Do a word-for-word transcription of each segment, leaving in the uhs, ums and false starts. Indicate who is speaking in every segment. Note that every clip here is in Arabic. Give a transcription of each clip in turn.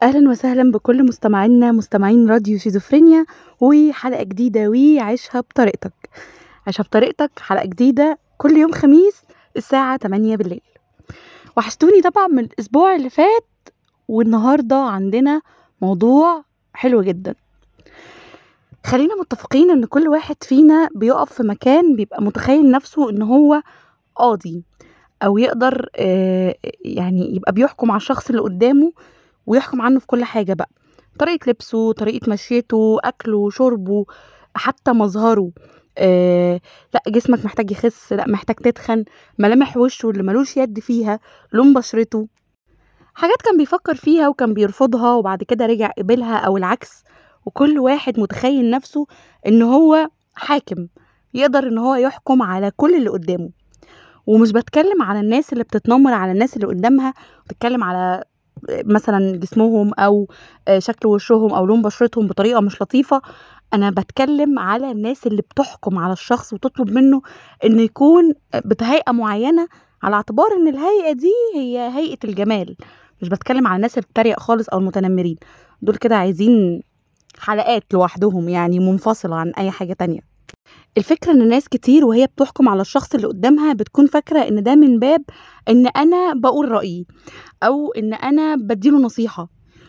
Speaker 1: اهلا وسهلا بكل مستمعينا مستمعين راديو شيزوفرينيا، وحلقه جديده وعيشها بطريقتك. عيشها بطريقتك حلقه جديده كل يوم خميس الساعه تمانية بالليل. وحشتوني طبعا من الاسبوع اللي فات، والنهارده عندنا موضوع حلو جدا. خلينا متفقين ان كل واحد فينا بيقف في مكان بيبقى متخيل نفسه ان هو قاضي، او يقدر آه، يعني يبقى بيحكم على الشخص اللي قدامه، ويحكم عنه في كل حاجة بقى: طريقة لبسه، طريقة مشيته، أكله، شربه، حتى مظهره. آه لا جسمك محتاج يخس، لا محتاج تتخن، ملامح وشه اللي ملوش يد فيها، لون بشرته، حاجات كان بيفكر فيها وكان بيرفضها وبعد كده رجع قبلها أو العكس. وكل واحد متخيل نفسه إن هو حاكم، يقدر إن هو يحكم على كل اللي قدامه. ومش بتكلم على الناس اللي بتتنمر على الناس اللي قدامها، بتكلم على مثلا جسمهم او شكل وشهم او لون بشرتهم بطريقه مش لطيفه. انا بتكلم على الناس اللي بتحكم على الشخص وتطلب منه انه يكون بهيئه معينه، على اعتبار ان الهيئه دي هي هيئه الجمال. مش بتكلم على الناس اللي بتتريق خالص او المتنمرين، دول كده عايزين حلقات لوحدهم، يعني منفصله عن اي حاجه تانية. الفكرة ان ناس كتير وهي بتحكم على الشخص اللي قدامها بتكون فاكرة ان ده من باب ان انا بقول رأيي، او ان انا بديله نصيحة.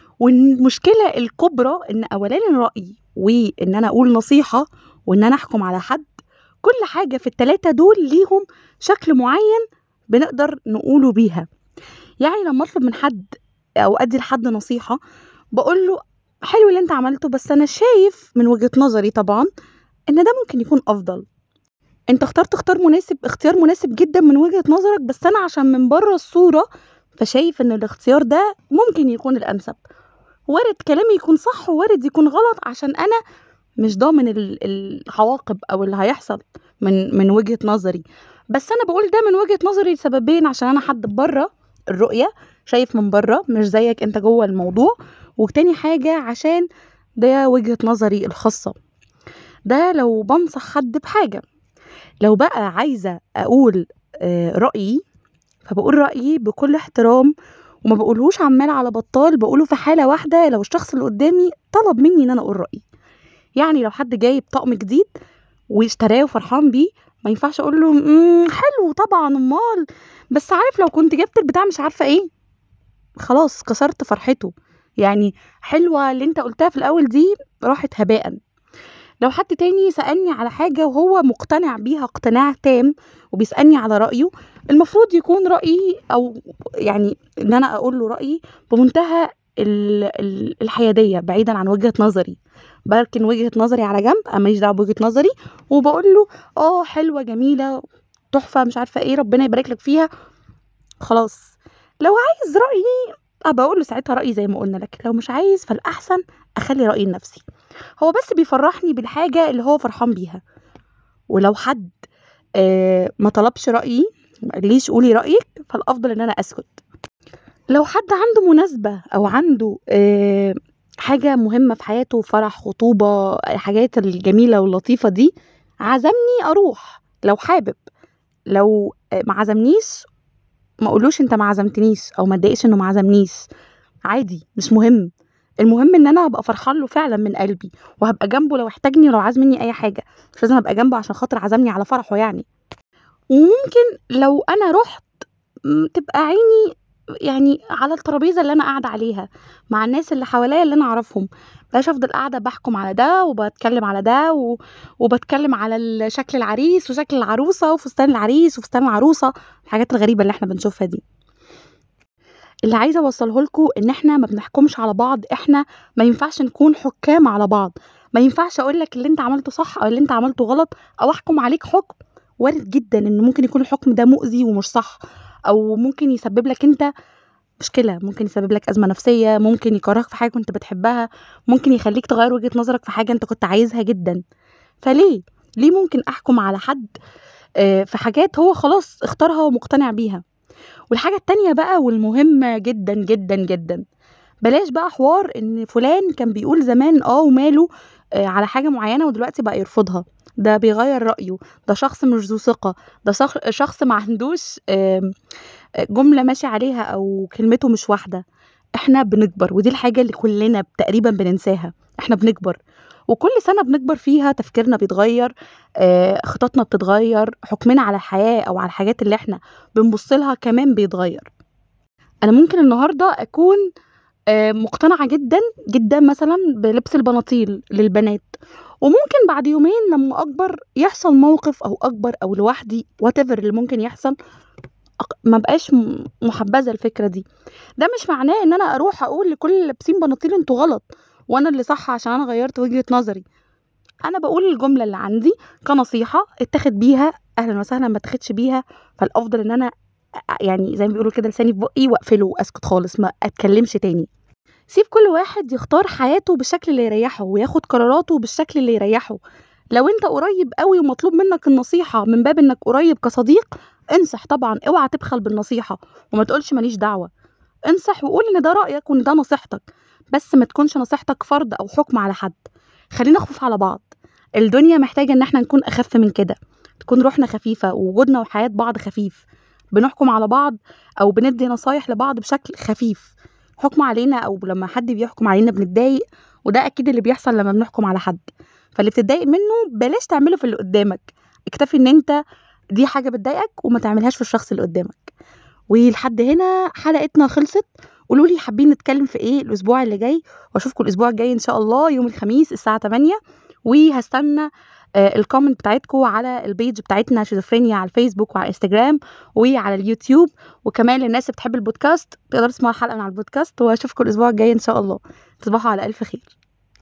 Speaker 1: والمشكلة الكبرى ان اولان الرأي وان انا اقول نصيحة وان انا احكم على حد، كل حاجة في التلاتة دول ليهم شكل معين بنقدر نقوله بيها. يعني لما اطلب من حد او ادي لحد نصيحة، بقول له حلو اللي انت عملته، بس انا شايف من وجهة نظري طبعا ان ده ممكن يكون افضل. انت اخترت اختار مناسب اختيار مناسب جدا من وجهة نظرك، بس انا عشان من بره الصورة فشايف ان الاختيار ده ممكن يكون الانسب. وارد كلامي يكون صح ووارد يكون غلط، عشان انا مش ضامن ال- العواقب او اللي هيحصل من من وجهة نظري. بس انا بقول ده من وجهة نظري لسببين: عشان انا حد بره الرؤية، شايف من بره مش زيك انت جوه الموضوع. وتاني حاجة عشان ده وجهة نظري الخاصة. ده لو بنصح حد بحاجة. لو بقى عايزة أقول آه، رأيي، فبقول رأيي بكل احترام، وما بقولهوش عمال على بطال، بقوله في حالة واحدة: لو الشخص اللي قدامي طلب مني ان انا اقول رأيي. يعني لو حد جايب طقم جديد واشتراه وفرحان بيه، ما ينفعش اقول له امم حلو طبعا امال، بس عارف لو كنت جبت البتاع مش عارفة ايه. خلاص كسرت فرحته. يعني حلوة اللي انت قلتها في الاول دي راحت هباء. لو حد تاني سألني على حاجة وهو مقتنع بيها اقتناع تام وبيسألني على رأيه، المفروض يكون رأيي، أو يعني إن أنا أقول له رأيي بمنتهى ال- ال- الحيادية، بعيدا عن وجهة نظري. بركن وجهة نظري على جنب، أنا ماليش دعوة بوجهة نظري، وبقول له اه حلوة جميلة تحفة مش عارفة ايه، ربنا يبارك لك فيها. خلاص. لو عايز رأيي ابقى اقول له ساعتها رأيي زي ما قلنا، لكن لو مش عايز فالأحسن اخلي رأيي لنفسي. هو بس بيفرحني بالحاجة اللي هو فرحان بيها. ولو حد آه ما طلبش رأيي، ليش قولي رأيك، فالأفضل ان انا اسكت. لو حد عنده مناسبة او عنده آه حاجة مهمة في حياته، فرح، خطوبة، الحاجات الجميلة واللطيفة دي، عزمني اروح لو حابب. لو آه ما عزمنيش، ما اقولوش انت ما عزمتنيش، او ما اتضايقش انه ما عزمنيش. عادي مش مهم. المهم ان انا هبقى فرحان له فعلا من قلبي، وهبقى جنبه لو احتاجني ولو عايز مني اي حاجه. مش لازم ابقى جنبه عشان خاطر عزمني على فرحه يعني. وممكن لو انا رحت م، تبقى عيني يعني على الترابيزه اللي انا قاعده عليها مع الناس اللي حواليا اللي انا اعرفهم. بلاش افضل قاعده بحكم على ده وبتكلم على ده و... وبتكلم على ال- شكل العريس وشكل العروسه وفستان العريس وفستان العروسه، الحاجات الغريبه اللي احنا بنشوفها دي. اللي عايزه اوصله لكم ان احنا ما بنحكمش على بعض. احنا ما ينفعش نكون حكام على بعض. ما ينفعش اقول لك اللي انت عملته صح او اللي انت عملته غلط، او احكم عليك حكم وارد جدا ان ممكن يكون الحكم ده مؤذي ومش صح، او ممكن يسبب لك انت مشكله، ممكن يسبب لك ازمه نفسيه، ممكن يكرهك في حاجه كنت بتحبها، ممكن يخليك تغير وجهه نظرك في حاجه انت كنت عايزها جدا. فليه ليه ممكن احكم على حد آه، في حاجات هو خلاص اختارها ومقتنع بيها؟ والحاجه التانية بقى والمهمه جدا جدا جدا: بلاش بقى حوار ان فلان كان بيقول زمان اه وماله آه على حاجة معينة ودلوقتي بقى يرفضها، ده بيغير رأيه، ده شخص مش ذو ثقة، ده شخ- شخص ما عندوش آم، آه، جملة ماشي عليها او كلمته مش واحدة. احنا بنكبر، ودي الحاجة اللي كلنا تقريبا بننساها. احنا بنكبر، وكل سنة بنكبر فيها تفكيرنا بيتغير، آه، خططنا بتتغير، حكمنا على الحياة او على الحاجات اللي احنا بنبص لها كمان بيتغير. انا ممكن النهاردة اكون آه، مقتنعة جدا جدا مثلا بلبس البناطيل للبنات، وممكن بعد يومين لما اكبر يحصل موقف او اكبر او لوحدي whatever اللي ممكن يحصل، أق- ما بقاش م- محبذة الفكرة دي. ده مش معناه ان انا اروح اقول لكل اللي لابسين بناطيل انتوا غلط وانا اللي صح عشان انا غيرت وجهة نظري. انا بقول الجملة اللي عندي كنصيحة اتخذ بيها اهلا وسهلا، ما اتخذش بيها فالافضل ان انا أ- يعني زي ما بيقولوا كده لساني في بقي واقفله واسكت خالص ما اتكلمش تاني. سيب كل واحد يختار حياته بالشكل اللي يريحه وياخد قراراته بالشكل اللي يريحه. لو انت قريب قوي ومطلوب منك النصيحة من باب انك قريب كصديق، انصح طبعا، اوعى تبخل بالنصيحة وما تقولش ماليش دعوة. انصح وقول ان ده رأيك وان ده نصيحتك، بس ما تكونش نصيحتك فرض او حكم على حد. خلينا نخف على بعض. الدنيا محتاجة ان احنا نكون اخف من كده، تكون روحنا خفيفة ووجودنا وحياة بعض خفيف. بنحكم على بعض او بندي نصايح لبعض بشكل خفيف. حكم علينا او لما حد بيحكم علينا بنتضايق، وده اكيد اللي بيحصل لما بنحكم على حد. فاللي بتتضايق منه بلاش تعمله في اللي قدامك. اكتفي ان انت دي حاجة بتضايقك وما تعملهاش في الشخص اللي قدامك. ولحد هنا حلقتنا خلصت. قولوا لي حابين نتكلم في ايه الاسبوع اللي جاي، واشوفكم الاسبوع الجاي ان شاء الله يوم الخميس الساعة تمانية. وهستنى آه، الكومنت بتاعتكم على البيج بتاعتنا شيزوفرينيا على الفيسبوك وعلى انستجرام وعلى اليوتيوب. وكمان للناس اللي بتحب البودكاست تقدر تسمع الحلقة من على البودكاست. واشوفكم الاسبوع الجاي ان شاء الله. تصبحوا على الف خير.